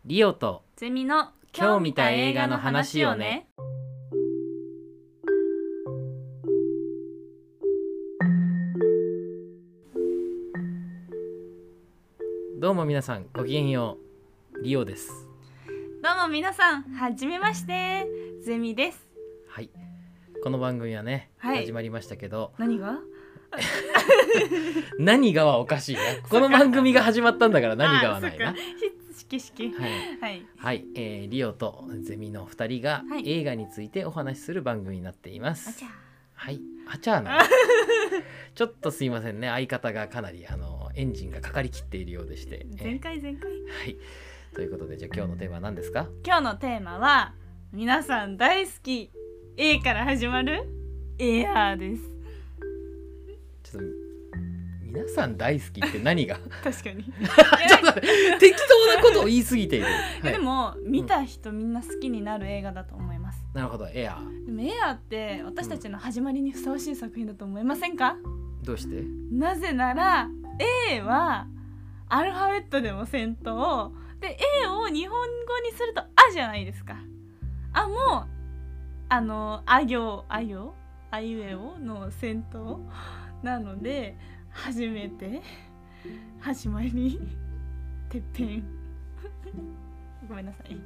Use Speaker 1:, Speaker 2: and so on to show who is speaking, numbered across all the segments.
Speaker 1: リオと
Speaker 2: ゼミの
Speaker 1: 今日見た映画の話をね。どうも皆さんごきげんよう、リオです。
Speaker 2: どうも皆さんはじめまして、ゼミです。
Speaker 1: はい、この番組はね、
Speaker 2: はい、
Speaker 1: 始まりましたけど、
Speaker 2: 何が
Speaker 1: 何がはおかしいな。この番組が始まったんだから何がはないな。
Speaker 2: 式はい
Speaker 1: はい、リオとゼミの2人が映画についてお話しする番組になっています。
Speaker 2: あちゃ
Speaker 1: はい、あちゃーなちょっとすいませんね、相方がかなりエンジンがかかりきっているようでして、
Speaker 2: 前回
Speaker 1: はい、ということで、じゃあ今日のテーマは何ですか？
Speaker 2: 今日のテーマは皆さん大好き A から始まるエアーです。
Speaker 1: ちょっと皆さん大好きって何が
Speaker 2: 確かに
Speaker 1: ちょっと適当なことを言い過ぎている、はい、
Speaker 2: でも見た人みんな好きになる映画だと思います。
Speaker 1: なるほど、エアー。
Speaker 2: でもエアーって私たちの始まりにふさわしい作品だと思いませんか？
Speaker 1: どうして？
Speaker 2: なぜなら A はアルファベットでも先頭で A を日本語にするとあじゃないですか。あもあ行あいうえおの先頭なので、初めて始まりてっぺんごめんなさい。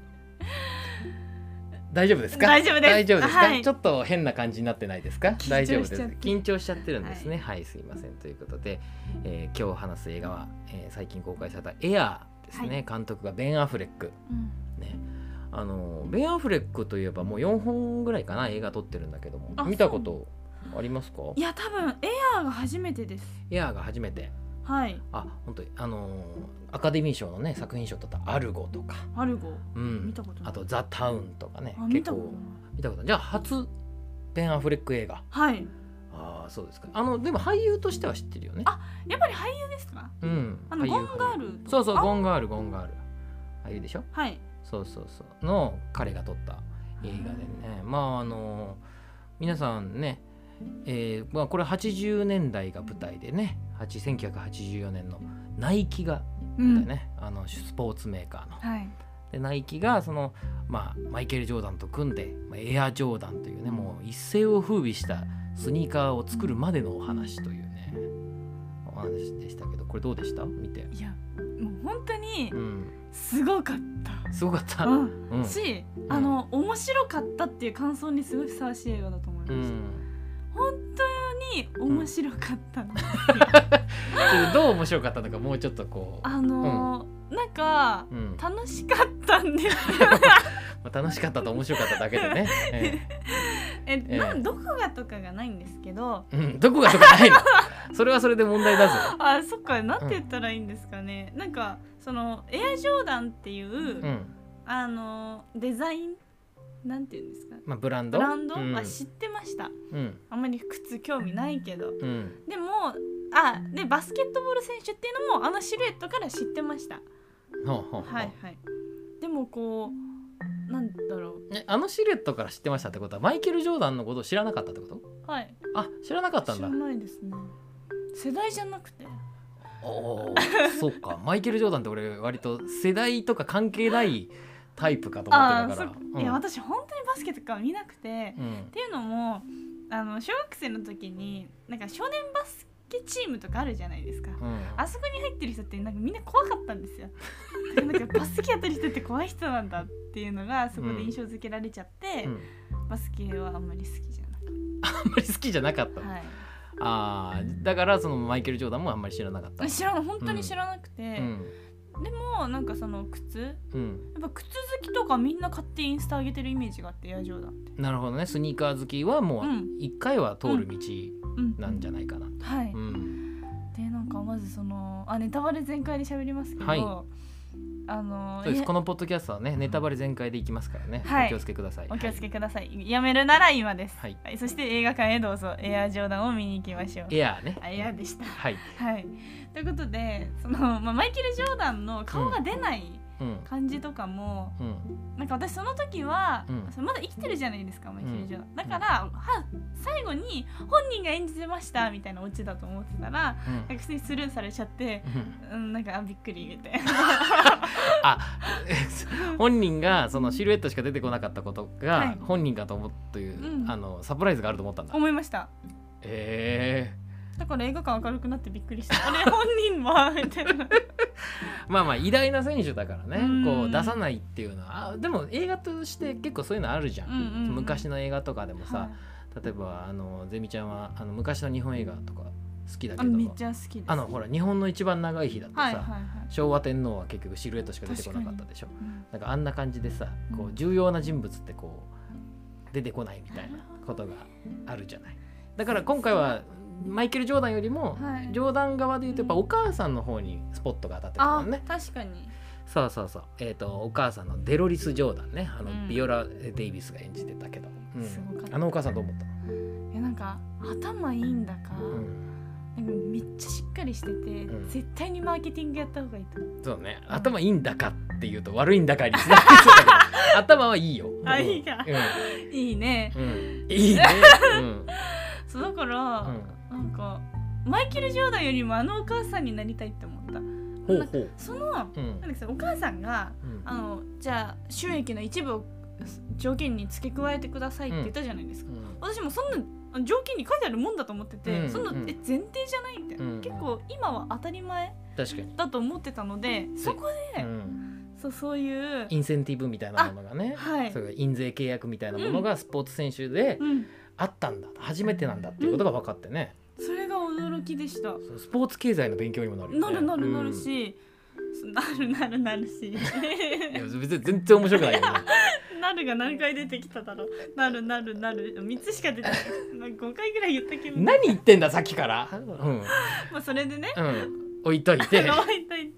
Speaker 1: 大丈夫ですか？
Speaker 2: 大丈夫です。
Speaker 1: 大丈夫ですか、
Speaker 2: はい、
Speaker 1: ちょっと変な感じになってないですか？大丈夫です。緊張しちゃってるんですね。はい、すいません。ということで、今日話す映画は、最近公開されたエアーですね。はい、監督がベン・アフレック、ね、ベン・アフレックといえばもう4本ぐらいかな映画撮ってるんだけども、見たことありますか？
Speaker 2: いや多分エアーが初めてです。
Speaker 1: エアーが初めて。
Speaker 2: はい。
Speaker 1: あ、本当にアカデミー賞のね作品賞だったアルゴとか、
Speaker 2: アルゴ、
Speaker 1: 見
Speaker 2: たことない。
Speaker 1: あとザ・タウンとかね、
Speaker 2: 結構
Speaker 1: 見たことない。じゃあ初ベン・アフレック映画。
Speaker 2: はい。
Speaker 1: ああ、そうですか。でも俳優としては知ってるよね。
Speaker 2: あ、やっぱり俳優ですか？ゴンガール。
Speaker 1: そうそう、ゴンガール俳優でしょ。
Speaker 2: はい。
Speaker 1: そうの彼が撮った映画でね、まあ皆さんね、これ80年代が舞台でね、1984年のナイキがね、スポーツメーカーの、はい、でナイキがマイケル・ジョーダンと組んで、エア・ジョーダンというね、もう一世を風靡したスニーカーを作るまでのお話というね、お話でしたけど、これどうでした？見て。
Speaker 2: いやもう本当にすごかった、
Speaker 1: すごかった、
Speaker 2: し、面白かったっていう感想にすごいふさわしい映画だと思いました。本当に面白かったんですよ
Speaker 1: どう面白かったのか、もうちょっとこう
Speaker 2: なんか、楽しかったんですよ
Speaker 1: 楽しかったと面白かっただけでね、
Speaker 2: どこがとかがないんですけど、
Speaker 1: どこがとかないのそれはそれで問題だぞ。
Speaker 2: あ、そっか、なんて言ったらいいんですかね、なんかエアジョーダンっていう、デザインなんていうんですか、ブランドは知ってました。あんまり靴興味ないけど、でもでバスケットボール選手っていうのもシルエットから知ってました。はいはい。でもこうなんだろう、
Speaker 1: シルエットから知ってましたってことはマイケル・ジョーダンのことを知らなかったってこと？
Speaker 2: はい。
Speaker 1: あ、知らなかったんだ。
Speaker 2: 知らないですね。世代じゃなくて。
Speaker 1: そうか。マイケル・ジョーダンって俺割と世代とか関係ないタイプかと思ってたから。
Speaker 2: いや私本当にバスケとか見なくて、っていうのも小学生の時になんか少年バスケチームとかあるじゃないですか、あそこに入ってる人ってなんかみんな怖かったんですよなんかバスケやってる人って怖い人なんだっていうのがそこで印象付けられちゃって、バスケはあんまり好きじゃなかった。
Speaker 1: あんまり好きじゃなかった、はい、だからマイケル・ジョーダンもあんまり知らなかった。
Speaker 2: 本当に知らなくて、でもなんか靴、やっぱ靴好きとかみんな買ってインスタ上げてるイメージがあって、エアジョーダンって。
Speaker 1: なるほどね。スニーカー好きはもう一回は通る道なんじゃないかな、
Speaker 2: はい、でなんかまずネタバレ全開で喋りますけど、
Speaker 1: そうです。このポッドキャストはねネタバレ全開でいきますからね、お気をつけください。
Speaker 2: お気をつけください。やめるなら今です。そして映画館へどうぞ。エアジョーダンを見に行きましょう。
Speaker 1: エアね。
Speaker 2: エアでした。
Speaker 1: はい。
Speaker 2: ということでマイケル・ジョーダンの顔が出ない感じとかも、なんか私その時は、まだ生きてるじゃないですか、マイケル・ジョーダン。だから最後に本人が演じてましたみたいなオチだと思ってたら、なんか普通にスルーされちゃって、なんかびっくりみたいな
Speaker 1: 本人がそのシルエットしか出てこなかったことが本人かと思うという、サプライズがあると思ったんだ。
Speaker 2: 思いました。だから映画館明るくなってびっくりした。あれ本人はみたいな
Speaker 1: まあ偉大な選手だからね、こう出さないっていうのは。でも映画として結構そういうのあるじゃん、昔の映画とかでもさ、例えばゼミちゃんは昔の日本映画とか好きだけど、
Speaker 2: めっちゃ好きです。
Speaker 1: ほら日本の一番長い日だってさ、昭和天皇は結局シルエットしか出てこなかったでしょ。なんかあんな感じでさ、こう重要な人物ってこう出てこないみたいなことがあるじゃない。だから今回はマイケル・ジョーダンよりも、ジョーダン側で言うとやっぱお母さんの方にスポットが当たってたもんね。
Speaker 2: 確かに。
Speaker 1: そうお母さんのデロリス・ジョーダンね、ビオラ・デイビスが演じてたけど、お母さんどう思ったの？
Speaker 2: なんか頭いいんだか、なんかめっちゃしっかりしてて、絶対にマーケティングやった方がいいと思う。
Speaker 1: そうね、頭いいんだかっていうと悪いんだかにつながりそうだけど頭はいいよ。
Speaker 2: いいか、いいね、
Speaker 1: いいね。
Speaker 2: そうだから、なんかマイケル・ジョーダンよりもお母さんになりたいって思った。その、なんかお母さんが、じゃあ収益の一部を条件に付け加えてくださいって言ったじゃないですか。私もそんな条件に書いてあるもんだと思ってて、そんな前提じゃないみたいな、結構今は当たり前だと思ってたので、そこで、そういう
Speaker 1: インセンティブみたいなものがね、そういう印税契約みたいなものがスポーツ選手であったんだ、初めてなんだっていうことが分かってね、
Speaker 2: それが驚きでした。
Speaker 1: スポーツ経済の勉強にもなるよね。
Speaker 2: なるし、なるしい
Speaker 1: や別に全然面白くないよね。
Speaker 2: なるが何回出てきただろう。なる3つしか出てない。5回ぐらい言ったけど、
Speaker 1: 何言ってんださっきから。
Speaker 2: まあそれでね、
Speaker 1: 置いといて
Speaker 2: なんか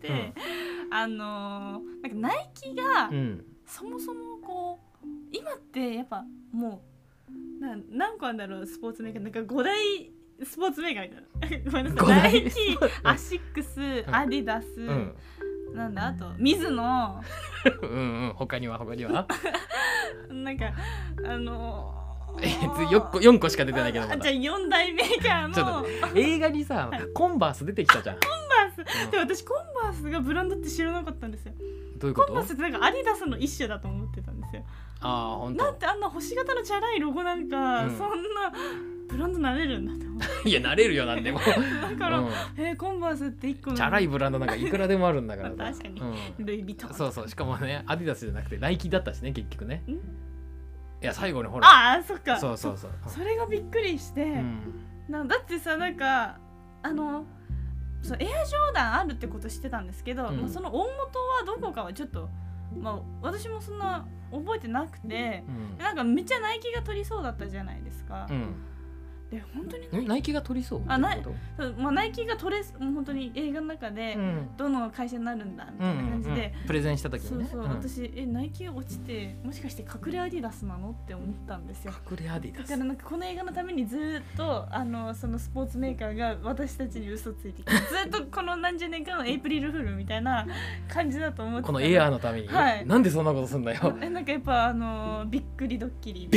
Speaker 2: ナイキがそもそもこう今ってやっぱもう何個あるんだろう、スポーツメーカー。なんか5大スポーツメーカーみたいな。ごめんなさい。ナイキ、アシックス、アディダス、なんだあとミズノ
Speaker 1: 他には
Speaker 2: なんか
Speaker 1: 4個しか出てないけど、
Speaker 2: じゃあ4大メーカーの
Speaker 1: ちょっと映画にさ、コンバース出てきたじゃん。
Speaker 2: コンバースで、私コンバースがブランドって知らなかったんですよ。
Speaker 1: どういうこと？
Speaker 2: コンバースってなんかアディダスの一種だと思ってたんですよ。
Speaker 1: 本当。
Speaker 2: なんてあんな星型のチャラいロゴなんか、そんなブランドなれるんだって思って。
Speaker 1: いやなれるよなんでも。
Speaker 2: だから、コンバースって1個の
Speaker 1: チャラいブランドなんかいくらでもあるんだから
Speaker 2: 確かに、ルイ・ヴィトン。
Speaker 1: そうしかもね、アディダスじゃなくてナイキだったしね、結局ね。いや最後にほら、
Speaker 2: そっか、
Speaker 1: そう
Speaker 2: それがびっくりして、だってさ、なんかそうエアジョーダンあるってこと知ってたんですけど、その大元はどこかはちょっと私もそんな覚えてなくて、なんかめっちゃナイキが取りそうだったじゃないですか。で本当に
Speaker 1: ナイキが取りそう？
Speaker 2: ナイキが取れ、本当に映画の中でどの会社になるんだみたいな感じで
Speaker 1: プレゼンした時にね、
Speaker 2: 私ナイキが落ちて、もしかして隠れアディダスなのって思ったんですよ。
Speaker 1: 隠れアディダス。
Speaker 2: だからなんかこの映画のためにずっとそのスポーツメーカーが私たちに嘘ついてきて、ずっとこの何十年間のエイプリルフールみたいな感じだと思ってた。
Speaker 1: このエアーのために、なんでそんなことすんだよ。
Speaker 2: なんかやっぱびっくりドッキリ。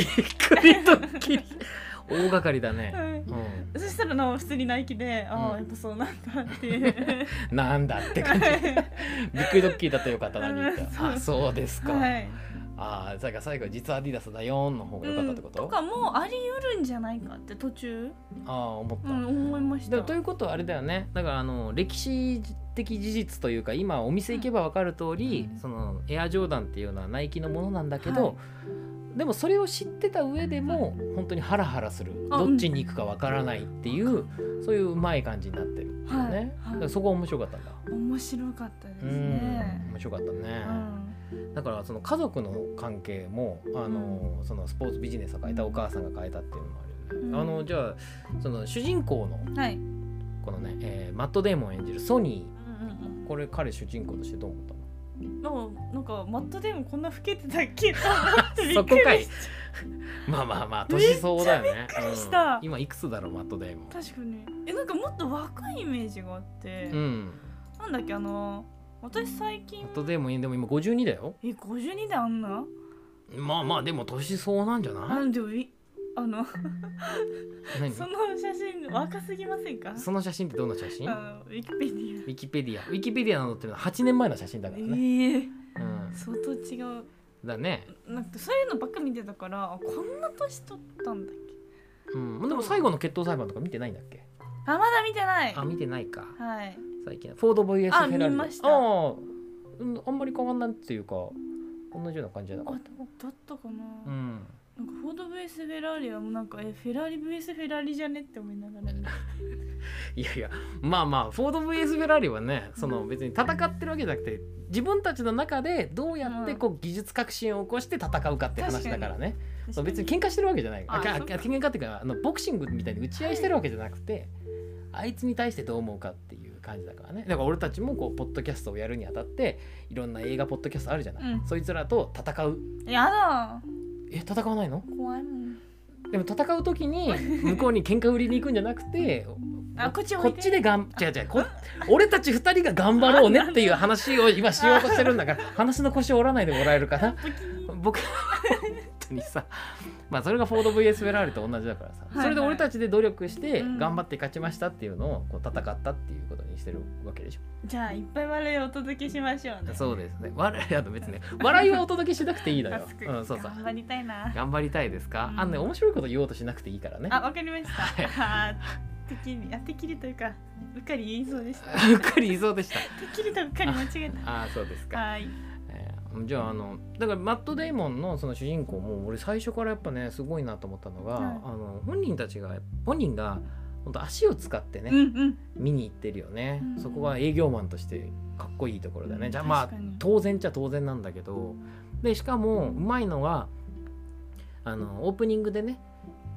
Speaker 1: 大掛かりだね。
Speaker 2: そしたら普通にナイキで、やっぱそうなんだっていう
Speaker 1: なんだって感じ。びっくりドッキリだったらよかったなにって。そうですか。だから最後実はアディダスだよの方が良かったってこと？
Speaker 2: とかもあり得るんじゃないかって途中
Speaker 1: 思った。
Speaker 2: 思いました。
Speaker 1: ということはあれだよね。だから歴史的事実というか、今お店行けば分かる通り、そのエアジョーダンっていうのはナイキのものなんだけど、でもそれを知ってた上でも本当にハラハラする、どっちに行くかわからないっていう、そういううまい感じになってるよね。だからそこは面白かったんだ。
Speaker 2: 面白かったですね。
Speaker 1: 面白かったね。だからその家族の関係もそのスポーツビジネスを変えたお母さんが変えたっていうのもあるよね。じゃあその主人公のこのね、マット・デーモン演じるソニー、これ彼主人公としてどう思ったの？
Speaker 2: なんかマット・デーモンこんな老けてたっけ
Speaker 1: そこかい。まあ年相だよね。
Speaker 2: びっくりした。
Speaker 1: 今いくつだろうマット・デーモン。
Speaker 2: 確かになんかもっと若いイメージがあって、なんだっけ私最近
Speaker 1: マット・デーモンでも今52だよ。
Speaker 2: 52であんな？
Speaker 1: まあでも年相なんじゃない？
Speaker 2: でもその写真若すぎませんか？
Speaker 1: その写真ってどんな写真？
Speaker 2: ウィキペディア
Speaker 1: なのっていうのは8年前の写真だからね。
Speaker 2: 相当違う
Speaker 1: だね。
Speaker 2: なんかそういうのばっか見てたからこんな年取ったんだっけ。
Speaker 1: でも最後の決闘裁判とか見てないんだっけ。
Speaker 2: まだ見てない。
Speaker 1: 見てないか。
Speaker 2: はい。
Speaker 1: 最近フォード VS フェラーリ。
Speaker 2: 見ました。
Speaker 1: あんまり変わんないっていうか同じような感じじゃなかった。
Speaker 2: だったかな。なんかフォード VS フェラーリはもうなんかフェラーリ VS フェラーリじゃねって思いながらね。
Speaker 1: いやまあフォード VS フェラーリはねその別に戦ってるわけじゃなくて自分たちの中でどうやってこう技術革新を起こして戦うかって話だからね。そう別に喧嘩してるわけじゃない。喧嘩っていうかボクシングみたいに打ち合いしてるわけじゃなくて、あいつに対してどう思うかっていう感じだからね。だから俺たちもこうポッドキャストをやるにあたっていろんな映画ポッドキャストあるじゃない、そいつらと戦う。
Speaker 2: やだ。
Speaker 1: 戦わないの？
Speaker 2: 怖いもん。
Speaker 1: でも戦う時に向こうに喧嘩売りに行くんじゃなくてこっちで違う俺たち2人が頑張ろうねっていう話を今しようとしてるんだから話の腰を折らないでもらえるかな。僕本当にさそれがフォード VS フェラーリと同じだからさ、それで俺たちで努力して頑張って勝ちましたっていうのをこう戦ったっていうことにしてるわけでしょ。
Speaker 2: じゃあいっぱい笑いをお届けしましょうね。
Speaker 1: そうですね。別に笑いはお届けしなくていいのよ。
Speaker 2: そう頑張りたいな。
Speaker 1: 頑張りたいですか？面白いこと言おうとしなくていいからね。
Speaker 2: わかりました。てきりというかうっかり言いそうでした。
Speaker 1: うっかり言いそうでした。て
Speaker 2: きりとうっかり間違えた。
Speaker 1: そうですか。
Speaker 2: はい。
Speaker 1: じゃあだからマット・デイモンのその主人公も俺最初からやっぱねすごいなと思ったのが、本人が本当足を使ってね、見に行ってるよね、そこは営業マンとしてかっこいいところだね、じゃあ当然っちゃ当然なんだけど、でしかもうまいのはオープニングでね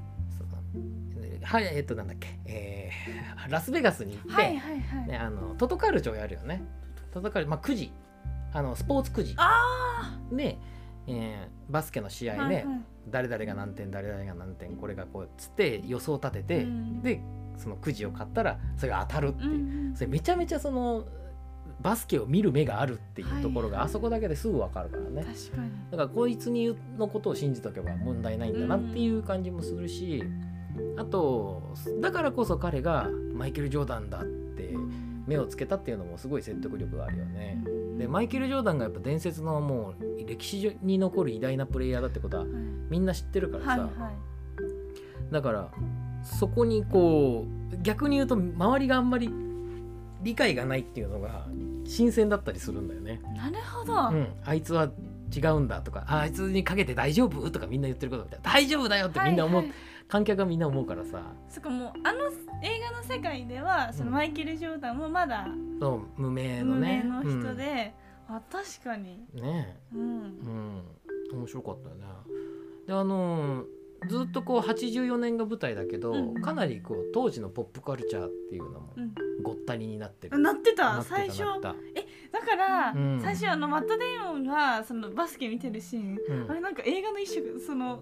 Speaker 1: なんだっけ、ラスベガスに行って、トトカルチョをやるよね。トトカル9時スポーツくじで、バスケの試合で誰々が何点誰々が何点これがこうつって予想立てて、でそのくじを買ったらそれが当たるっていう、それめちゃめちゃそのバスケを見る目があるっていうところがあそこだけですぐ分かるからね。
Speaker 2: 確かに。
Speaker 1: だからこいつのことを信じとけば問題ないんだなっていう感じもするし、あとだからこそ彼がマイケル・ジョーダンだって目をつけたっていうのもすごい説得力があるよね。でマイケル・ジョーダンがやっぱ伝説のもう歴史に残る偉大なプレイヤーだってことはみんな知ってるからさ、だからそこにこう逆に言うと周りがあんまり理解がないっていうのが新鮮だったりするんだよね。
Speaker 2: なるほど、
Speaker 1: あいつは違うんだとかあいつにかけて大丈夫とかみんな言ってることみたいな大丈夫だよってみんな思う、観客がみんな思うからさ。
Speaker 2: そっか、もう映画の世界ではそのマイケル・ジョーダンもまだ、
Speaker 1: 無名のね
Speaker 2: 人で、確かに
Speaker 1: ね面白かったよね。でずっとこう84年が舞台だけど、かなりこう当時のポップカルチャーっていうのもごったにになってる、
Speaker 2: なってた最初だから、最初マット・デイモンがそのバスケ見てるシーン、あれなんか映画の一種その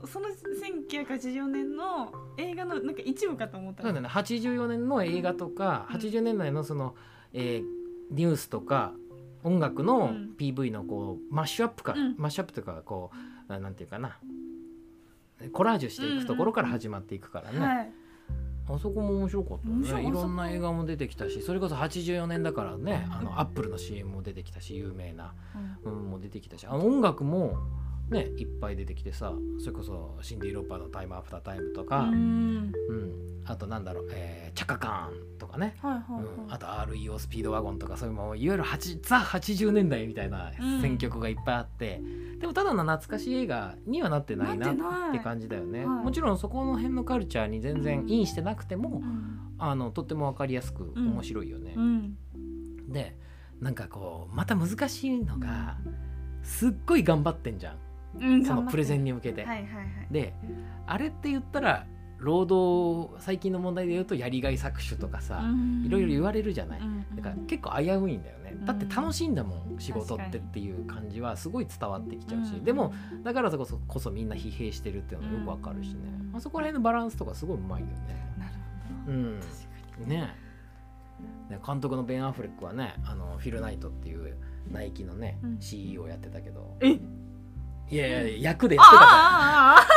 Speaker 2: 1984年の映画のなんか一部かと思った。
Speaker 1: そうだね、84年の映画とか、80年代のその、ニュースとか音楽の PV のこうマッシュアップか、マッシュアップというかこうなんていうかなコラージュしていくところから始まっていくからね、あそこも面白かったね。いろんな映画も出てきたし、それこそ84年だからね、アップルの CM も出てきたし、有名な、も出てきたし、音楽もねいっぱい出てきてさ、それこそシンディ・ローパーのタイムアフタータイムとか、あとなんだろう、チャカカーンとかね、あと REO スピードワゴンとか、そういうもいわゆるザ80年代みたいな選曲がいっぱいあって、でもただの懐かしい映画にはなってないなって感じだよね。もちろんそこの辺のカルチャーに全然インしてなくても、とっても分かりやすく面白いよね。でなんかこうまた難しいのが、すっごい頑張ってんじゃん、そのプレゼンに向けて。であれって言ったら労働、最近の問題で言うとやりがい搾取とかさ、いろいろ言われるじゃない。だから結構危ういんだよね。だって楽しいんだもん、仕事ってっていう感じはすごい伝わってきちゃうし、でもだからこそみんな疲弊してるっていうのがよくわかるしね、そこら辺のバランスとかすごいうまいよね。
Speaker 2: なるほど、確かに
Speaker 1: ね。監督のベン・アフレックはね、フィル・ナイトっていうナイキのね、CEO をやってたけど、いやいや役でやってたから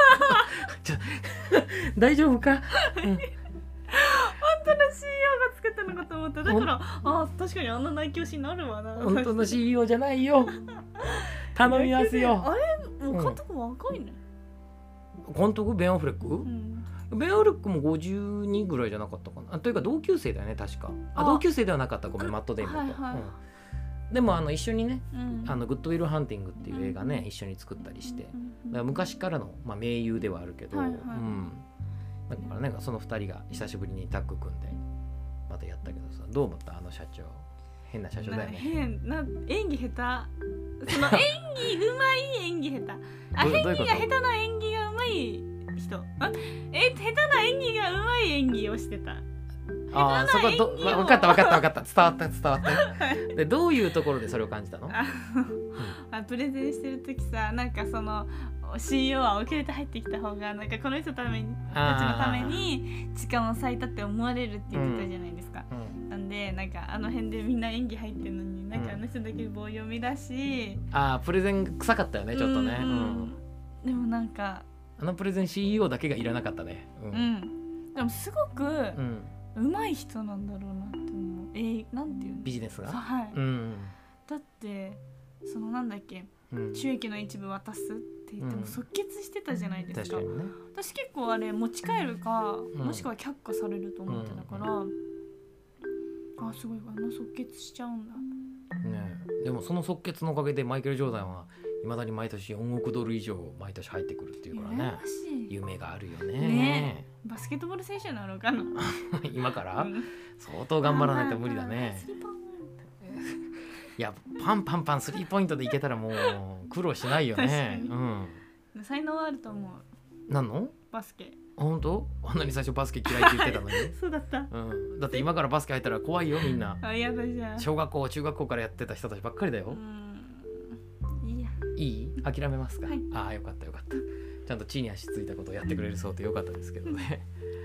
Speaker 1: 大丈夫か、
Speaker 2: 本当の CEO がつけたのかと思った。だから確かにあんな内教師になるわな。
Speaker 1: 本当の CEO じゃないよ頼みますよ。
Speaker 2: あれもう監督若いね、
Speaker 1: 監督ベン・アフレック、ベン・アフレックも52ぐらいじゃなかったかな。というか同級生だよね確か。同級生ではなかった。ごめん、マット・デイモンと、でも一緒にね、グッドウィル・ハンティングっていう映画ね、一緒に作ったりして、だから昔からの、盟友ではあるけど、だからねその2人が久しぶりにタッグ組んでまたやったけどさ、どう思った？あの社長変な社長だよね。
Speaker 2: 演技下手。その演技うまい演技下手。演技が下手な演技がうまい人。下手な演技がうまい演技をしてた。
Speaker 1: ああ、そこは分かった伝わったで、どういうところでそれを感じたの？
Speaker 2: プレゼンしてる時さ、なんかその CEO は遅れて入ってきた方がなんかこの人たちのために時間を割いたって思われるって言ってたじゃないですか、なんでなんかあの辺でみんな演技入ってるのになんかあの人だけ棒読みだし、
Speaker 1: プレゼン臭かったよねちょっとね、
Speaker 2: でもなんか
Speaker 1: あのプレゼン CEO だけがいらなかったね、
Speaker 2: でもすごく、上手い人なんだろうなって思う。なんていうの？
Speaker 1: ビジネスが？
Speaker 2: はい。だってそのなんだっけ、収益の一部渡すって言っても即決してたじゃないですか。
Speaker 1: 確かにね。
Speaker 2: 私結構あれ持ち帰るか、もしくは却下されると思ってたから、すごいあの即決しちゃうんだ。
Speaker 1: ね、でもその即決のおかげでマイケル・ジョーダンはいまだに毎年4億ドル以上毎年入ってくるっていうからね、夢があるよ ね。
Speaker 2: バスケットボール選手なのかな
Speaker 1: 今から、相当頑張らないと無理だね。いやパンスリーポイントでいけたらもう苦労しないよね。
Speaker 2: 才能はあると思う。
Speaker 1: 何の？
Speaker 2: バスケ。
Speaker 1: 本当？あんなに最初バスケ嫌いって言ってたのに
Speaker 2: そうだった、
Speaker 1: だって今からバスケ入ったら怖いよみんな。
Speaker 2: やだじゃん。
Speaker 1: 小学校中学校からやってた人たちばっかりだよ。いい？諦めますか？よかったちゃんと地に足ついたことをやってくれるそうでよかったですけどね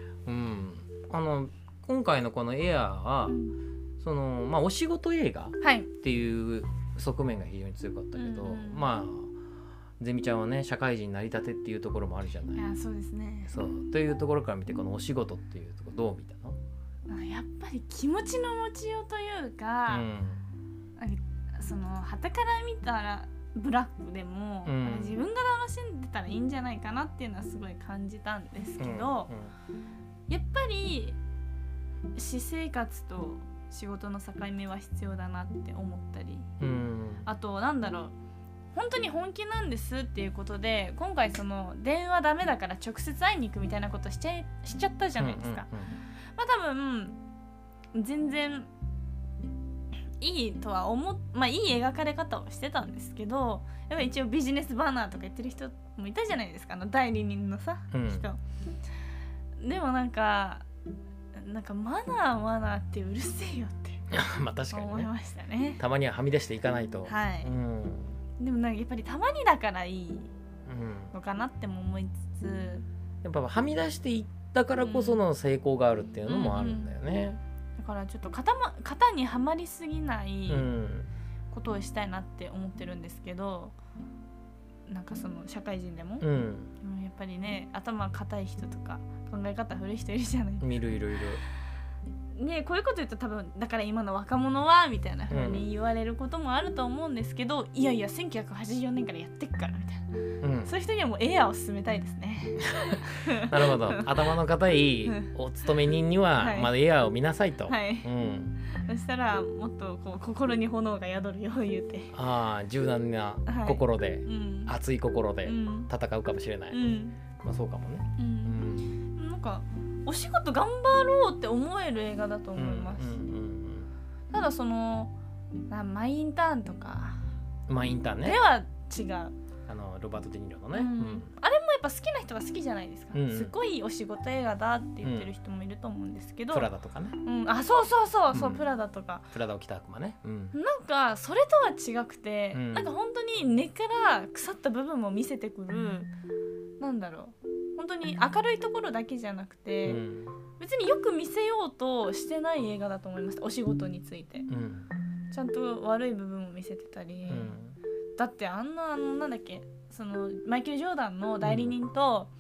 Speaker 1: 今回のこのエアーは、そのお仕事映画っていう側面が非常に強かったけど、ゼミちゃんはね社会人成り立てっていうところもあるじゃない。
Speaker 2: いやそうですね。
Speaker 1: そうというところから見てこのお仕事っていうところどう見たの？
Speaker 2: やっぱり気持ちの持ちようというか、その傍から見たらブラックでも、自分が楽しんでたらいいんじゃないかなっていうのはすごい感じたんですけど、やっぱり私生活と仕事の境目は必要だなって思ったり、あとなんだろう、本当に本気なんですっていうことで今回その電話ダメだから直接会いに行くみたいなことしちゃったじゃないですか。多分全然いいとはいい描かれ方をしてたんですけど、やっぱり一応ビジネスバナーとか言ってる人もいたじゃないですか、代理人のさ、人でもなんかマナーってうるせえよって
Speaker 1: 確かに、
Speaker 2: 思いましたね。
Speaker 1: たまにははみ出していかないと。
Speaker 2: でもやっぱりたまにだからいいのかなっても思いつつ、
Speaker 1: やっぱはみ出していったからこその成功があるっていうのもあるんだよね。
Speaker 2: だからちょっと型にはまりすぎないことをしたいなって思ってるんですけど、なんかその社会人でも、やっぱりね頭固い人とか考え方古い人いるじゃないですか。
Speaker 1: いる
Speaker 2: ね、こういうこと言うと多分だから今の若者はみたいな風に言われることもあると思うんですけど、いや1984年からやってっからみたいな、そういう人にはもうエアーを勧めたいですね。
Speaker 1: なるほど、頭の固いお勤め人にはまだエアーを見なさいと。そ
Speaker 2: したらもっとこう心に炎が宿るよう言うて、
Speaker 1: 柔軟な心で、熱い心で戦うかもしれない。そうかもね。
Speaker 2: なんかお仕事頑張ろうって思える映画だと思います。ただそのマイインターンとか
Speaker 1: ね
Speaker 2: では違う。
Speaker 1: ロバート・デ・ニーロのね、
Speaker 2: あれもやっぱ好きな人は好きじゃないですか、すごいお仕事映画だって言ってる人もいると思うんですけど、
Speaker 1: プラダとかね、
Speaker 2: そうプラダとか、
Speaker 1: プラダを着た悪魔ね、
Speaker 2: なんかそれとは違くて、なんか本当に根から腐った部分も見せてくる、なんだろう、本当に明るいところだけじゃなくて、別によく見せようとしてない映画だと思いました。お仕事について、ちゃんと悪い部分も見せてたり、だってなんだっけ、そのマイケル・ジョーダンの代理人と、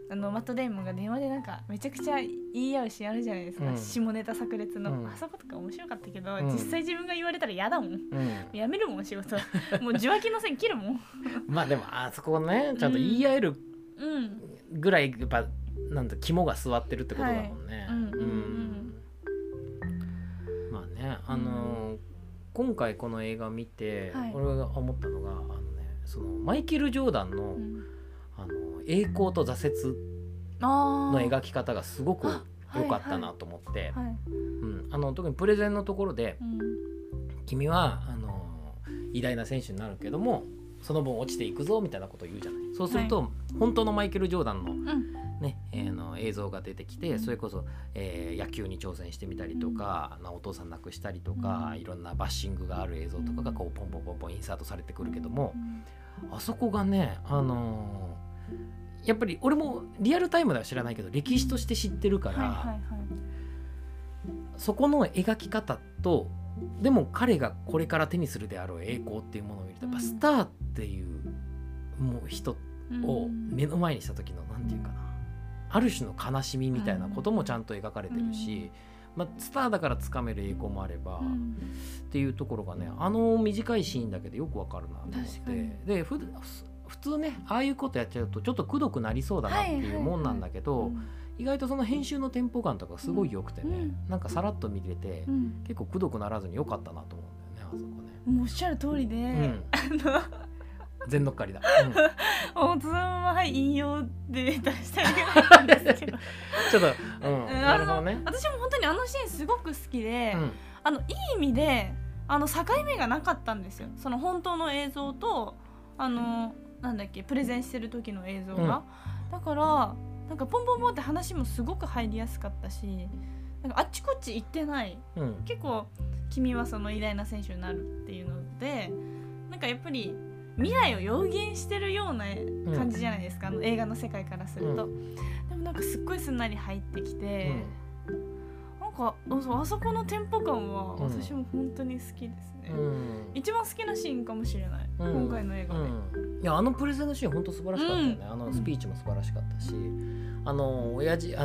Speaker 2: マット・デイモンが電話でなんかめちゃくちゃ言い合うシーンあるじゃないですか、下ネタ炸裂の、あそことか面白かったけど、実際自分が言われたら嫌だもん、やめるもん仕事もう受話器の線切るもん
Speaker 1: まあでもあそこねちゃんと言い合えるぐらいやっぱなんだ肝が据わってるってことだもんね。まあね今回この映画見て、俺が思ったのがそのマイケル・ジョーダンの、栄光と挫折の描き方がすごく良かったなと思って、特にプレゼンのところで、君は偉大な選手になるけどもその分落ちていくぞみたいなことを言うじゃない。そうすると、本当のマイケル・ジョーダンの、ね映像が出てきて、それこそ、野球に挑戦してみたりとか、お父さん亡くしたりとか、いろんなバッシングがある映像とかがこうポンポンポンポンインサートされてくるけども、あそこがねやっぱり俺もリアルタイムでは知らないけど歴史として知ってるから、そこの描き方とでも彼がこれから手にするであろう栄光っていうものを見ると、やっぱスターっていうもう人を目の前にした時のなんていうかな、ある種の悲しみみたいなこともちゃんと描かれてるし、スターだからつかめる栄光もあれば、っていうところがね短いシーンだけでよくわかるなと思って、で普通ねああいうことやっちゃうとちょっとくどくなりそうだなっていうもんなんだけど、意外とその編集のテンポ感とかすごい良くてね、なんかさらっと見れて、結構くどくならずに良かったなと思うんだよね、あそこね。
Speaker 2: もうおっしゃる通りで、
Speaker 1: 全乗っかりだ。
Speaker 2: もうそのまま引用で出したいなんですけど
Speaker 1: ちょっと、なるほどね。
Speaker 2: 私も本当にあのシーンすごく好きで、いい意味で境目がなかったんですよ。その本当の映像となんだっけプレゼンしてる時の映像が、だからなんかポンポンポンって話もすごく入りやすかったし、なんかあっちこっち行ってない、結構君はその偉大な選手になるっていうので、なんかやっぱり未来を予言してるような感じじゃないですか、映画の世界からすると、でもなんかすっごいすんなり入ってきて、なんかあそこのテンポ感は私も本当に好きですね、一番好きなシーンかもしれない、今回の映画で、
Speaker 1: いやプレゼンのシーン本当素晴らしかったよね、スピーチも素晴らしかったし、親父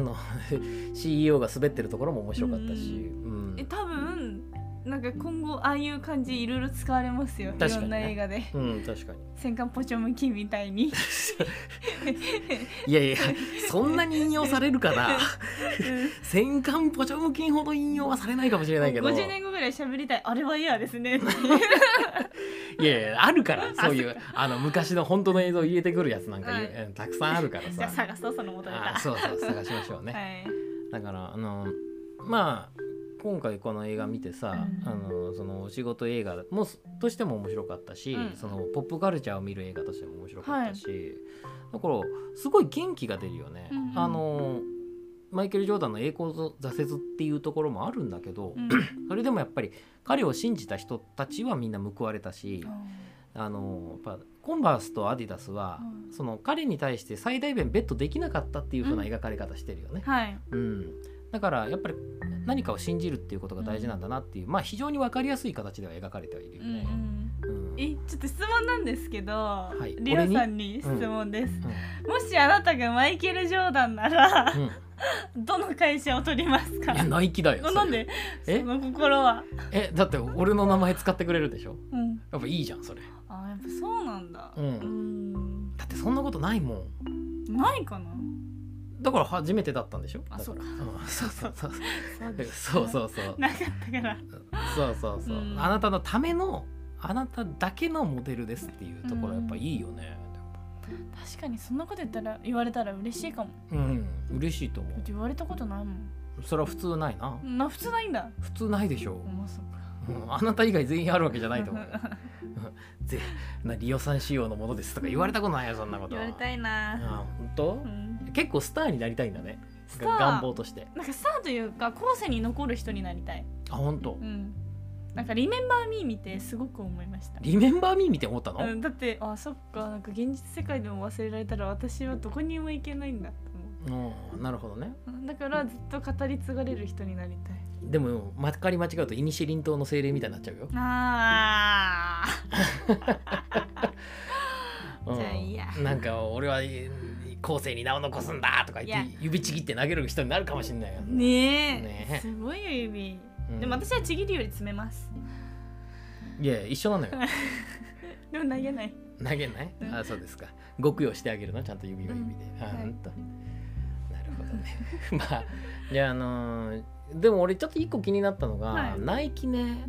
Speaker 1: CEO が滑ってるところも面白かったし、
Speaker 2: 多分なんか今後ああいう感じいろいろ使われますよ、いろんな映画で、
Speaker 1: 確かに
Speaker 2: 戦艦ポチョムキみたいに
Speaker 1: いやそんなに引用されるかな戦艦ポチョムキンほど引用はされないかもしれないけど、
Speaker 2: 50年後ぐらい喋りたいあれは嫌ですね
Speaker 1: いやあるからそういう昔の本当の映像を入れてくるやつなんか、たくさんあるからさ
Speaker 2: じゃあ探そう、その元ネタ。
Speaker 1: そう探しましょうね、だから今回この映画見てさ、そのお仕事映画もとしても面白かったし、そのポップカルチャーを見る映画としても面白かったし、だからすごい元気が出るよね、マイケル・ジョーダンの栄光と挫折っていうところもあるんだけど、それでもやっぱり彼を信じた人たちはみんな報われたし、やっぱコンバースとアディダスは、その彼に対して最大限ベットできなかったっていう風な描かれ方してるよね、だからやっぱり何かを信じるっていうことが大事なんだなっていう、非常に分かりやすい形では描かれてはいるよね、
Speaker 2: ちょっと質問なんですけど、リオさんに質問です、もしあなたがマイケル・ジョーダンなら、どの会社を取りますか？
Speaker 1: ナイキだよ。
Speaker 2: なんでその心は？
Speaker 1: だって俺の名前使ってくれるでしょ、やっぱいいじゃんそれ。
Speaker 2: やっぱそうなんだ、
Speaker 1: だってそんなことないも
Speaker 2: ん。ないかな。
Speaker 1: だから初めてだったんでしょ。
Speaker 2: そうか。
Speaker 1: そう
Speaker 2: なかったから。
Speaker 1: そう、あなたのためのあなただけのモデルですっていうところやっぱいいよね、
Speaker 2: 確かにそんなこと言われたら嬉しいかも。
Speaker 1: 嬉しいと思う。
Speaker 2: 言われたことないもん。
Speaker 1: それは普通ないな。
Speaker 2: 普通ないんだ。
Speaker 1: 普通ないでしょ。あなた以外全員あるわけじゃないと思うリオさん仕様のものですとか言われたことないよ、そんなこと。
Speaker 2: 言われたいな。
Speaker 1: 本当？結構スターになりたいんだね、願望として。
Speaker 2: なんかスターというか後世に残る人になりたい。
Speaker 1: 本当？
Speaker 2: なんかリメンバーミー見てすごく思いました。
Speaker 1: リメンバーミー見て思ったの？
Speaker 2: だってそっか、なんか現実世界でも忘れられたら私はどこにも行けないんだと思
Speaker 1: う。なるほどね。
Speaker 2: だからずっと語り継がれる人になりたい。
Speaker 1: でもまかり間違うとイニシリン島の精霊みたいになっちゃうよ。
Speaker 2: じゃあいいや。
Speaker 1: なんか俺は後世に名を残すんだとか言って指ちぎって投げる人になるかもしれないよ
Speaker 2: ね。すごいよ指、でも私はちぎるより詰めます。
Speaker 1: いや一緒なのよ
Speaker 2: でも投げない。
Speaker 1: あ、そうですか。ご供養してあげるのちゃんと指は指で、なるほどねまあじゃあでも俺ちょっと一個気になったのが、ナイキね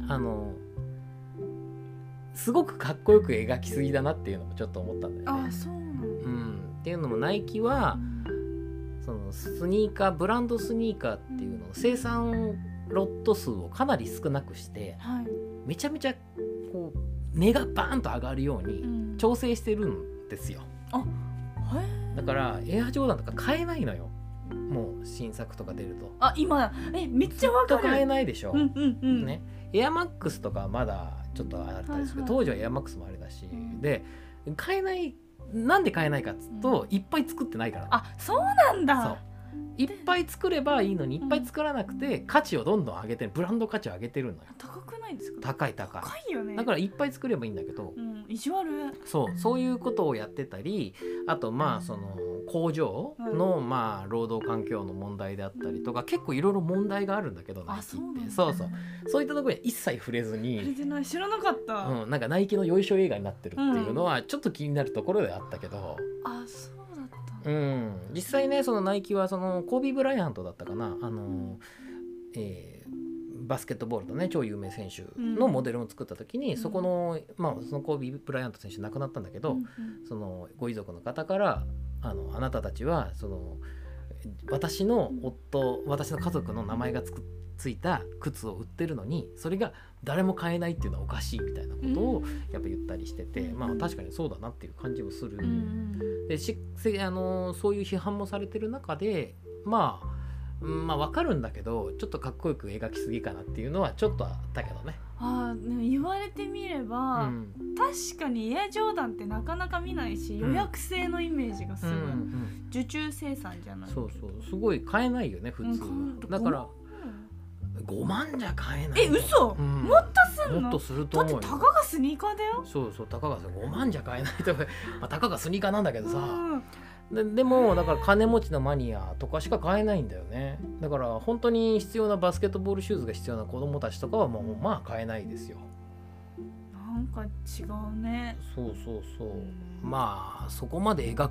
Speaker 1: すごくかっこよく描きすぎだなっていうのもちょっと思ったんだよね。
Speaker 2: あ、そうなの。
Speaker 1: っていうのもナイキはそのスニーカーブランドスニーカーっていうのの生産ロット数をかなり少なくして、めちゃめちゃこう値がバーンと上がるように調整してるんですよ。だからエアジョーダンとか買えないのよ。もう新作とか出ると。
Speaker 2: 今めっちゃわかる。
Speaker 1: 買えないでしょ。ね。エアマックスとかまだちょっとあったりするけど、当時はエアマックスもあれだし、で買えない。なんで買えないかっつうと、いっぱい作ってないから。
Speaker 2: そうなんだ。
Speaker 1: そういっぱい作ればいいのに、いっぱい作らなくて価値をどんどん上げてる、ブランド価値を上げてるのよ。
Speaker 2: 高くないですか？
Speaker 1: 高い
Speaker 2: よね。
Speaker 1: だからいっぱい作ればいいんだけど、
Speaker 2: 意地悪。
Speaker 1: そういうことをやってたり、あとその工場の労働環境の問題であったりとか、結構いろいろ問題があるんだけど、ナイキってそういったところに一切触れずに、
Speaker 2: 知らなかった。
Speaker 1: なんかナイキのよいしょ映画になってるっていうのはちょっと気になるところであったけど、
Speaker 2: そうだった。
Speaker 1: 実際ね、そのナイキはそのコービー・ブライアントだったかな、バスケットボールのね超有名選手のモデルを作った時に、そこのそのコービー・ブライアント選手亡くなったんだけど、そのご遺族の方からあなたたちはその私の家族の名前がついた靴を売ってるのに、それが誰も買えないっていうのはおかしいみたいなことをやっぱ言ったりしてて、確かにそうだなっていう感じもする。でそういう批判もされてる中で、分かるんだけど、ちょっとかっこよく描きすぎかなっていうのはちょっとあったけどね。
Speaker 2: でも言われてみれば、確かにエアジョーダンってなかなか見ないし、予約制のイメージがすごい、受注生産じゃない。
Speaker 1: そうすごい買えないよね普通。だから5万じゃ買えない。
Speaker 2: 嘘、もっとすんの？
Speaker 1: もっとすると思うよ。
Speaker 2: だってたかがスニーカーだよ。
Speaker 1: そうたかが5万じゃ買えないとたかがスニーカーなんだけどさ、でもだから金持ちのマニアとかしか買えないんだよね。だから本当に必要なバスケットボールシューズが必要な子供たちとかはもう買えないですよ。
Speaker 2: なんか違うね。
Speaker 1: そうそこまで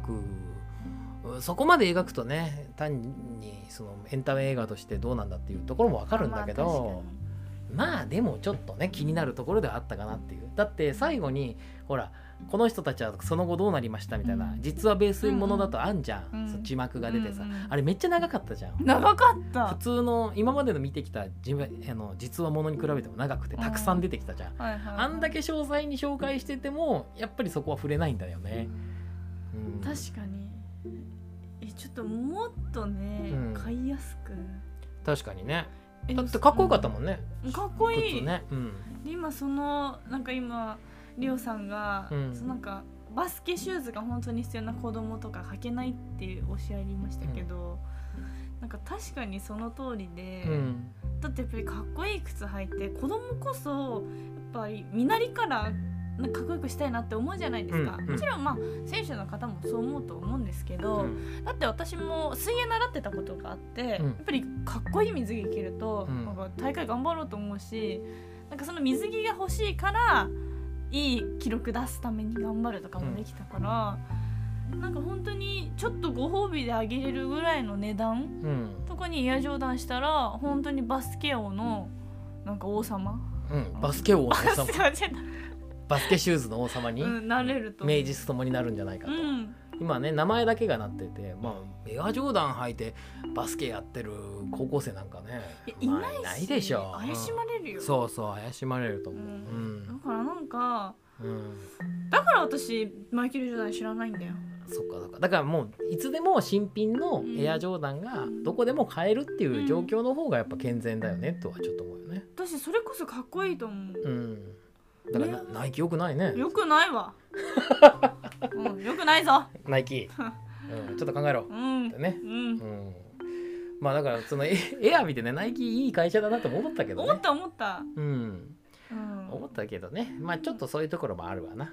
Speaker 1: 描くとね、単にそのエンタメ映画としてどうなんだっていうところも分かるんだけど、でもちょっとね気になるところではあったかなっていう。だって最後にほらこの人たちはその後どうなりましたみたいな、実はベースものだとあんじゃん、字幕が出てさ、あれめっちゃ長かったじゃん。
Speaker 2: 長かった。
Speaker 1: 普通の今までの見てきた実話ものに比べても長くてたくさん出てきたじゃん。あんだけ詳細に紹介しててもやっぱりそこは触れないんだよね。
Speaker 2: 確かに。ちょっともっとね、買いやすく。
Speaker 1: 確かにね。だってかっこよかったもんね。
Speaker 2: かっこいい。
Speaker 1: ね。
Speaker 2: で今今リオさんが、バスケシューズが本当に必要な子供とか履けないっておっしゃいましたけど、確かにその通りで、だってやっぱりかっこいい靴履いて子供こそやっぱり身なりからかっこよくしたいなって思うじゃないですか。もちろん選手の方もそう思うと思うんですけど、だって私も水泳習ってたことがあって、やっぱりかっこいい水着着ると、大会頑張ろうと思うし、その水着が欲しいからいい記録出すために頑張るとかもできたから、本当にちょっとご褒美であげれるぐらいの値段、とかにエアジョーダンしたら本当にバスケ王の王様、
Speaker 1: バスケ王の王様バスケシューズの王様に
Speaker 2: なれると、
Speaker 1: 名実ともになるんじゃないかと。今ね名前だけがなってて、エアジョーダン履いてバスケやってる高校生なんかね
Speaker 2: いない
Speaker 1: でしょ。
Speaker 2: 怪しまれるよ。
Speaker 1: 怪しまれると思う。
Speaker 2: だからだから私マイケル・ジョーダン知らないんだよ。
Speaker 1: そっかだからもういつでも新品のエアジョーダンがどこでも買えるっていう状況の方がやっぱ健全だよねとはちょっと思うよね。
Speaker 2: 私それこそかっこいいと思う。
Speaker 1: だからナイキ良くないね。
Speaker 2: 良くないわ。良くないぞ
Speaker 1: ナイキ。ちょっと考えろってね。だからそのエア見てね、ナイキいい会社だなと思ったけどね。
Speaker 2: 思った。
Speaker 1: 思ったけどね、ちょっとそういうところもあるわな。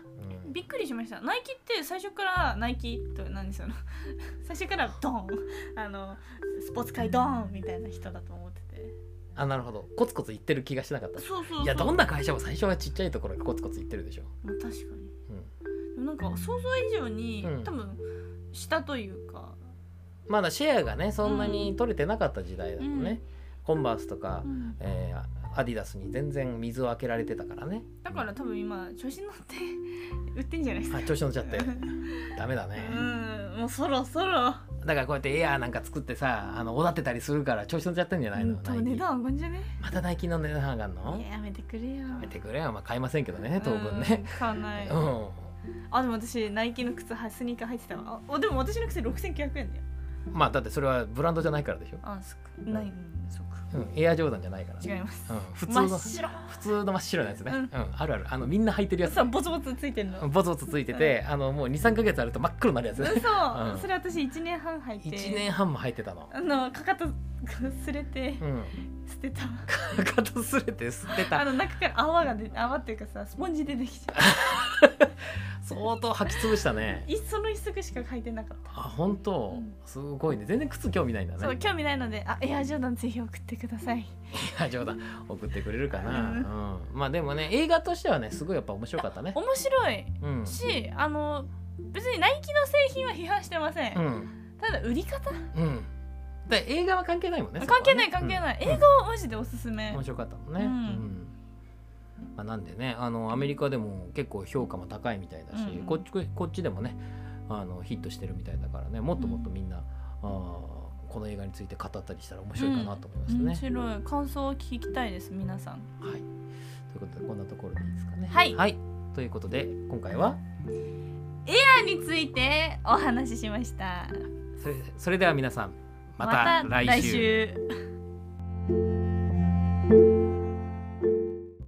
Speaker 2: びっくりしました。ナイキって最初からナイキとなんですよ最初からドンスポーツ界ドンみたいな人だと思ってて。
Speaker 1: あ、なるほど。コツコツ言ってる気がしなかった。
Speaker 2: そうそうそう。
Speaker 1: いや、どんな会社も最初はちっちゃいところがコツコツ言ってるでしょ。
Speaker 2: まあ、確かに、でもなんか想像以上に、多分下というか、
Speaker 1: まだシェアがねそんなに取れてなかった時代だもんね、コンバースとか、アディダスに全然水を開けられてたからね。
Speaker 2: だから多分今調子乗って売ってんじゃないですか。
Speaker 1: 調子乗っちゃってダメだね。
Speaker 2: もうそろそろ
Speaker 1: だからこうやってエアーなんか作ってさおだってたりするから調子乗っちゃってんじゃないの。
Speaker 2: 多分値段上がんじゃね。
Speaker 1: またナイキの値段上がんの。
Speaker 2: いや、やめてくれよ。
Speaker 1: やめてくれよ。まあ買いませんけどね当分ね。
Speaker 2: 買わない。でも私ナイキの靴スニーカー入ってたわ。でも私の靴6900円だよ。
Speaker 1: まあだってそれはブランドじゃないからでしょ。
Speaker 2: ない、そうか。
Speaker 1: エアジョーダンじゃないから。
Speaker 2: 違います。
Speaker 1: 普通の真っ白なやつね。あるある。みんな履いてるやつ。
Speaker 2: そう、ボツボツついてるの。
Speaker 1: ボツボツついてて、もう2、3ヶ月あると真っ黒になるやつ。
Speaker 2: そう、それ私1年半履いて。
Speaker 1: 1年半も履いてたの。
Speaker 2: かかとすれて捨てた。
Speaker 1: かかとすれて捨てた。
Speaker 2: 中から泡っていうかさ、スポンジ出てきちゃう。
Speaker 1: 相当履き潰したね。
Speaker 2: その一足しか履いてなかった。
Speaker 1: あ、本当、すごいね。全然靴興味ないんだね。
Speaker 2: そう、興味ないので、エアジョーダンぜひ送ってください。
Speaker 1: エアジョーダン送ってくれるかな。まあでもね、映画としてはね、すごいやっぱ面白かったね。
Speaker 2: 面白いし、別にナイキの製品は批判してません。ただ売り方。で映画は関係ないもんね。 関係ない。映画はマジでおすすめ。
Speaker 1: 面白かったもんね。なんでね、アメリカでも結構評価も高いみたいだし、こっちでもねヒットしてるみたいだからね、もっともっとみんな、この映画について語ったりしたら面白いかなと思いますね。
Speaker 2: 面白い。感想を聞きたいです皆さん。
Speaker 1: はい。ということでこんなところでいいですかね。
Speaker 2: はい。
Speaker 1: ということで今回は
Speaker 2: エアについてお話ししました。
Speaker 1: それでは皆さんまた来週。